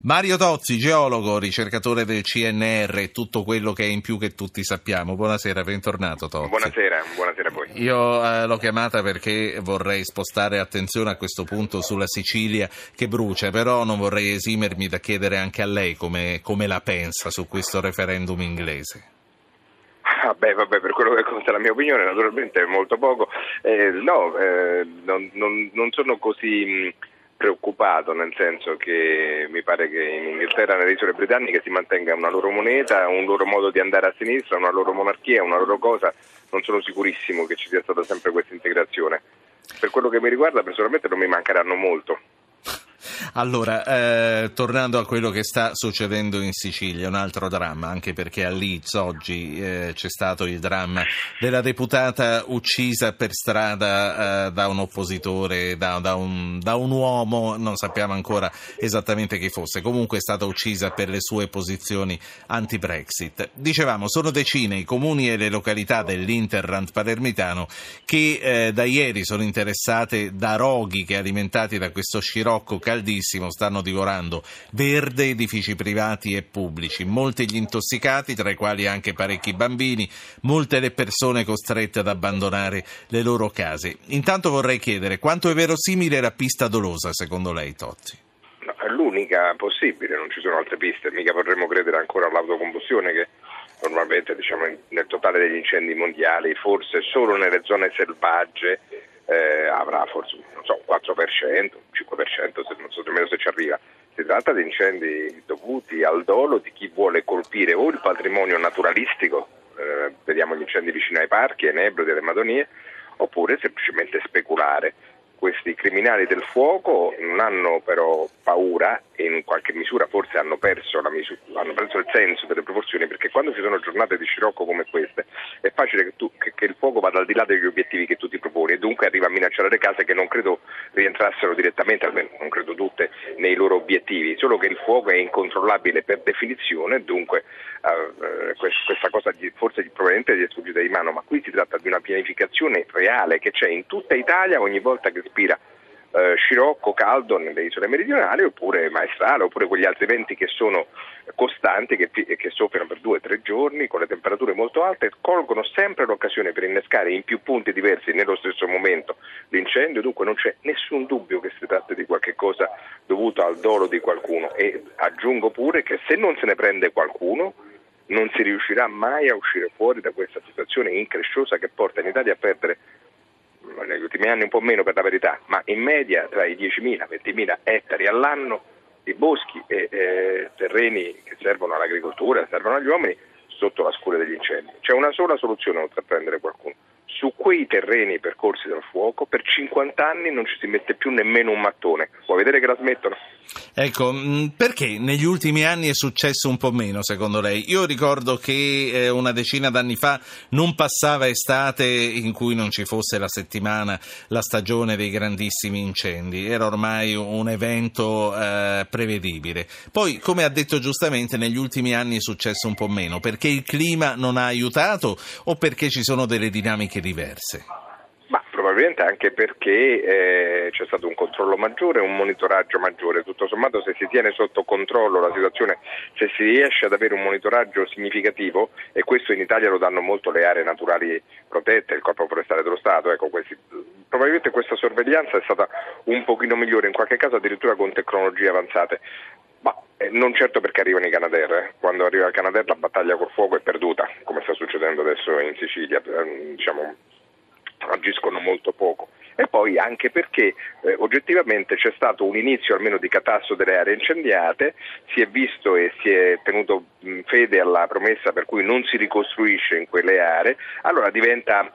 Mario Tozzi, geologo, ricercatore del CNR, tutto quello che è in più che tutti sappiamo. Buonasera, bentornato Tozzi. Buonasera a voi. Io l'ho chiamata perché vorrei spostare attenzione a questo punto sulla Sicilia che brucia, però non vorrei esimermi da chiedere anche a lei come la pensa su questo referendum inglese. Per quello che conta la mia opinione, naturalmente è molto poco. Non sono così preoccupato, nel senso che mi pare che in Inghilterra, nelle isole britanniche, si mantenga una loro moneta, un loro modo di andare a sinistra, una loro monarchia, una loro cosa. Non sono sicurissimo che ci sia stata sempre questa integrazione. Per quello che mi riguarda, personalmente non mi mancheranno molto. Allora, tornando a quello che sta succedendo in Sicilia, un altro dramma, anche perché a Leeds oggi c'è stato il dramma della deputata uccisa per strada da un oppositore, da un uomo, non sappiamo ancora esattamente chi fosse, comunque è stata uccisa per le sue posizioni anti-Brexit. Dicevamo, sono decine i comuni e le località dell'Hinterland palermitano che da ieri sono interessate da roghi che, alimentati da questo scirocco caldissimo, stanno divorando verde edifici privati e pubblici, molti gli intossicati, tra i quali anche parecchi bambini, molte le persone costrette ad abbandonare le loro case. Intanto vorrei chiedere, quanto è verosimile la pista dolosa secondo lei, Tozzi? No, è l'unica possibile, non ci sono altre piste, mica potremmo credere ancora all'autocombustione che normalmente, nel totale degli incendi mondiali, forse solo nelle zone selvagge avrà forse un 4%, un 5%, non so nemmeno se ci arriva. Si tratta di incendi dovuti al dolo di chi vuole colpire o il patrimonio naturalistico, vediamo gli incendi vicino ai parchi, ai Nebrodi, alle Madonie, oppure semplicemente speculare. Questi criminali del fuoco non hanno però paura e in qualche misura forse hanno perso il senso delle proporzioni, perché quando ci sono giornate di scirocco come queste è facile che il fuoco vada al di là degli obiettivi che tu ti proponi e dunque arriva a minacciare le case che non credo rientrassero direttamente, almeno non credo tutte, nei loro obiettivi, solo che il fuoco è incontrollabile per definizione e dunque questa cosa forse probabilmente gli è sfuggita di mano, ma qui si tratta di una pianificazione reale che c'è in tutta Italia ogni volta che spira scirocco caldo nelle isole meridionali, oppure maestrale, oppure quegli altri venti che sono costanti, che soffiano per 2 o 3 giorni con le temperature molto alte, colgono sempre l'occasione per innescare in più punti diversi nello stesso momento l'incendio. Dunque non c'è nessun dubbio che si tratti di qualche cosa dovuto al dolo di qualcuno, e aggiungo pure che se non se ne prende qualcuno non si riuscirà mai a uscire fuori da questa situazione incresciosa che porta in Italia a perdere, negli ultimi anni un po' meno per la verità, ma in media tra i 10.000 e 20.000 ettari all'anno di boschi e terreni che servono all'agricoltura, servono agli uomini, sotto la scure degli incendi. C'è una sola soluzione oltre a prendere qualcuno: su quei terreni percorsi dal fuoco per 50 anni non ci si mette più nemmeno un mattone. Vuoi vedere che la smettono? Ecco, perché negli ultimi anni è successo un po' meno secondo lei? Io ricordo che una decina d'anni fa non passava estate in cui non ci fosse la stagione dei grandissimi incendi, era ormai un evento prevedibile. Poi, come ha detto giustamente, negli ultimi anni è successo un po' meno, perché il clima non ha aiutato o perché ci sono delle dinamiche diverse? Ma probabilmente anche perché c'è stato un controllo maggiore, un monitoraggio maggiore. Tutto sommato, se si tiene sotto controllo la situazione, se si riesce ad avere un monitoraggio significativo, e questo in Italia lo danno molto le aree naturali protette, il Corpo Forestale dello Stato, probabilmente questa sorveglianza è stata un pochino migliore, in qualche caso addirittura con tecnologie avanzate. Ma non certo perché arrivano i Canadair. Quando arriva il Canadair la battaglia col fuoco è perduta, come sta succedendo adesso in Sicilia, agiscono molto poco. E poi anche perché oggettivamente c'è stato un inizio almeno di catasto delle aree incendiate, si è visto e si è tenuto fede alla promessa per cui non si ricostruisce in quelle aree, allora diventa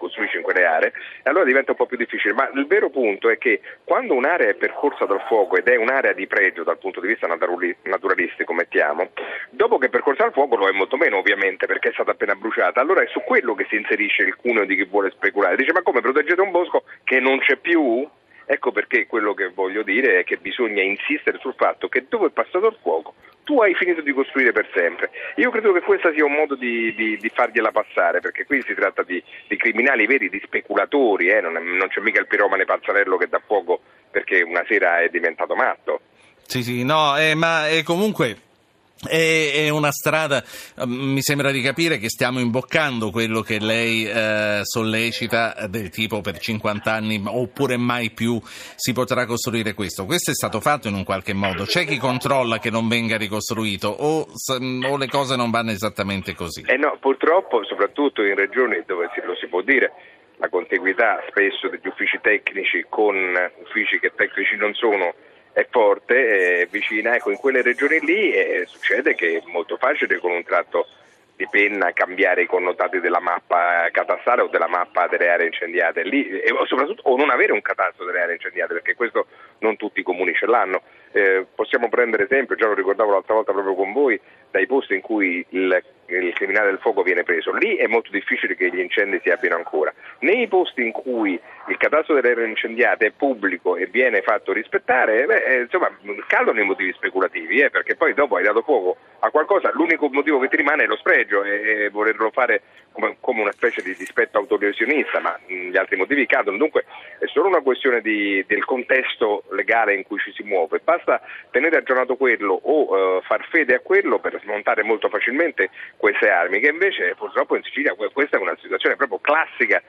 un po' più difficile. Ma il vero punto è che quando un'area è percorsa dal fuoco ed è un'area di pregio dal punto di vista naturalistico, mettiamo, dopo che è percorsa dal fuoco lo è molto meno, ovviamente, perché è stata appena bruciata. Allora è su quello che si inserisce il cuneo di chi vuole speculare. Dice: ma come, proteggete un bosco che non c'è più? Ecco perché quello che voglio dire è che bisogna insistere sul fatto che dove è passato il fuoco tu hai finito di costruire per sempre. Io credo che questo sia un modo di fargliela passare, perché qui si tratta di criminali veri, di speculatori, non c'è mica il piromane pazzarello che dà fuoco perché una sera è diventato matto. Sì, no, ma comunque è una strada, mi sembra di capire che stiamo imboccando quello che lei sollecita, del tipo per 50 anni oppure mai più si potrà costruire questo. Questo è stato fatto in un qualche modo. C'è chi controlla che non venga ricostruito o le cose non vanno esattamente così? No, purtroppo, soprattutto in regioni dove lo si può dire, la contiguità spesso degli uffici tecnici con uffici che tecnici non sono è forte, è vicina. Ecco, in quelle regioni lì succede che è molto facile con un tratto di penna cambiare i connotati della mappa catastale o della mappa delle aree incendiate lì, o soprattutto o non avere un catasto delle aree incendiate, perché questo non tutti i comuni ce l'hanno. Possiamo prendere esempio, già lo ricordavo l'altra volta proprio con voi, dai posti in cui il criminale del fuoco viene preso. Lì è molto difficile che gli incendi si abbiano ancora. Nei posti in cui il catasto delle aree incendiate è pubblico e viene fatto rispettare, insomma, cadono i motivi speculativi, perché poi dopo hai dato fuoco a qualcosa, l'unico motivo che ti rimane è lo spregio e volerlo fare come una specie di dispetto autolesionista, ma gli altri motivi cadono. Dunque è solo una questione del contesto legale in cui ci si muove. Basta tenere aggiornato quello o far fede a quello per smontare molto facilmente queste armi, che invece purtroppo in Sicilia questa è una situazione proprio classica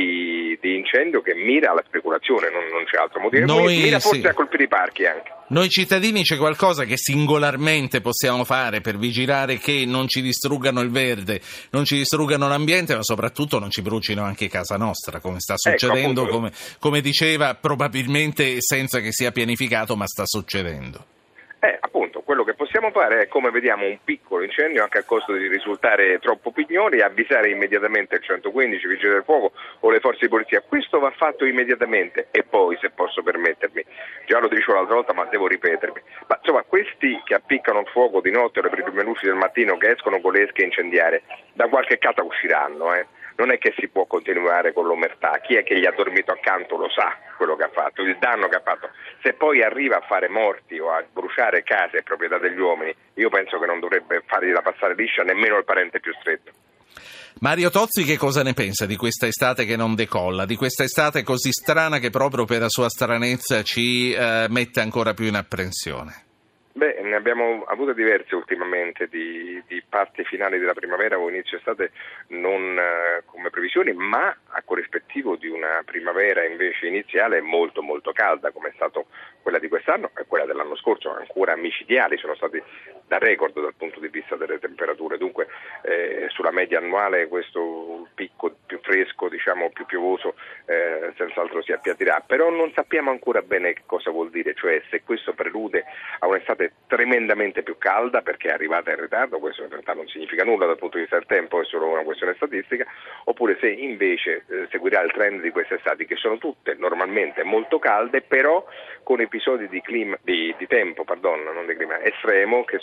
di incendio che mira alla speculazione, non c'è altro motivo. Mira forse a colpire i parchi anche. Noi cittadini c'è qualcosa che singolarmente possiamo fare per vigilare che non ci distruggano il verde, non ci distruggano l'ambiente, ma soprattutto non ci brucino anche casa nostra, come sta succedendo, ecco, come diceva, probabilmente senza che sia pianificato, ma sta succedendo. Appunto, quello che possiamo fare è, come vediamo, un piccolo incendio, anche a costo di risultare troppo pignoli, avvisare immediatamente il 115, Vigili del Fuoco o le forze di polizia. Questo va fatto immediatamente e poi, se posso permettermi, già lo dicevo l'altra volta ma devo ripetermi, ma insomma questi che appiccano il fuoco di notte o le prime luci del mattino, che escono con le esche a incendiare, da qualche casa usciranno, Non è che si può continuare con l'omertà. Chi è che gli ha dormito accanto lo sa quello che ha fatto, il danno che ha fatto. Se poi arriva a fare morti o a bruciare case e proprietà degli uomini, io penso che non dovrebbe fargliela passare liscia nemmeno il parente più stretto. Mario Tozzi che cosa ne pensa di questa estate che non decolla, di questa estate così strana che proprio per la sua stranezza ci mette ancora più in apprensione? Ne abbiamo avute diverse ultimamente di parti finali della primavera o inizio estate non come previsioni, ma a corrispettivo di una primavera invece iniziale molto molto calda, come è stato quella di quest'anno e quella dell'anno scorso, ancora micidiali, sono stati da record dal punto di vista delle temperature. Dunque sulla media annuale questo picco più fresco, diciamo più piovoso, senz'altro si appiattirà, però non sappiamo ancora bene che cosa vuol dire, cioè se questo prelude a un'estate tremendamente più calda perché è arrivata in ritardo, questo in realtà non significa nulla dal punto di vista del tempo, è solo una questione statistica, oppure se invece seguirà il trend di queste estati che sono tutte normalmente molto calde, però con episodi di tempo, non di clima estremo, che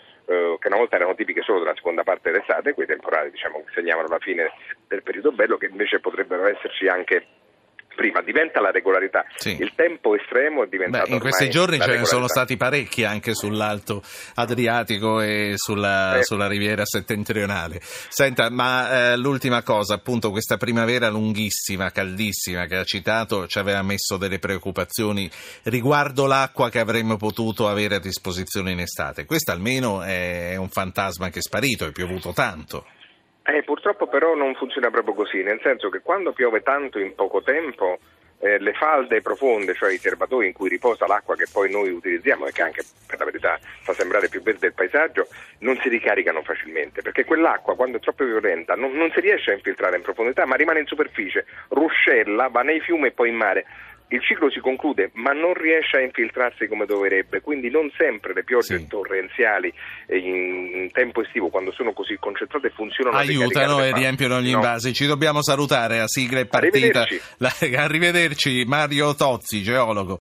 una volta erano tipiche solo della seconda parte dell'estate, quei temporali che segnavano la fine del periodo bello, che invece potrebbero esserci anche prima. Diventa la regolarità. Sì. Il tempo estremo è diventato in questi giorni ce ne sono stati parecchi anche sull'Alto Adriatico e sulla riviera settentrionale. Senta, ma l'ultima cosa, appunto, questa primavera lunghissima, caldissima che ha citato ci aveva messo delle preoccupazioni riguardo l'acqua che avremmo potuto avere a disposizione in estate. Questo almeno è un fantasma che è sparito, è piovuto tanto. Purtroppo però non funziona proprio così, nel senso che quando piove tanto in poco tempo le falde profonde, cioè i serbatoi in cui riposa l'acqua che poi noi utilizziamo e che anche per la verità fa sembrare più verde il paesaggio, non si ricaricano facilmente, perché quell'acqua quando è troppo violenta non si riesce a infiltrare in profondità ma rimane in superficie, ruscella, va nei fiumi e poi in mare. Il ciclo si conclude ma non riesce a infiltrarsi come dovrebbe, quindi non sempre le piogge torrenziali in tempo estivo, quando sono così concentrate, funzionano, aiutano e riempiono gli invasi. Ci dobbiamo salutare, la sigla è partita. Arrivederci Mario Tozzi, geologo.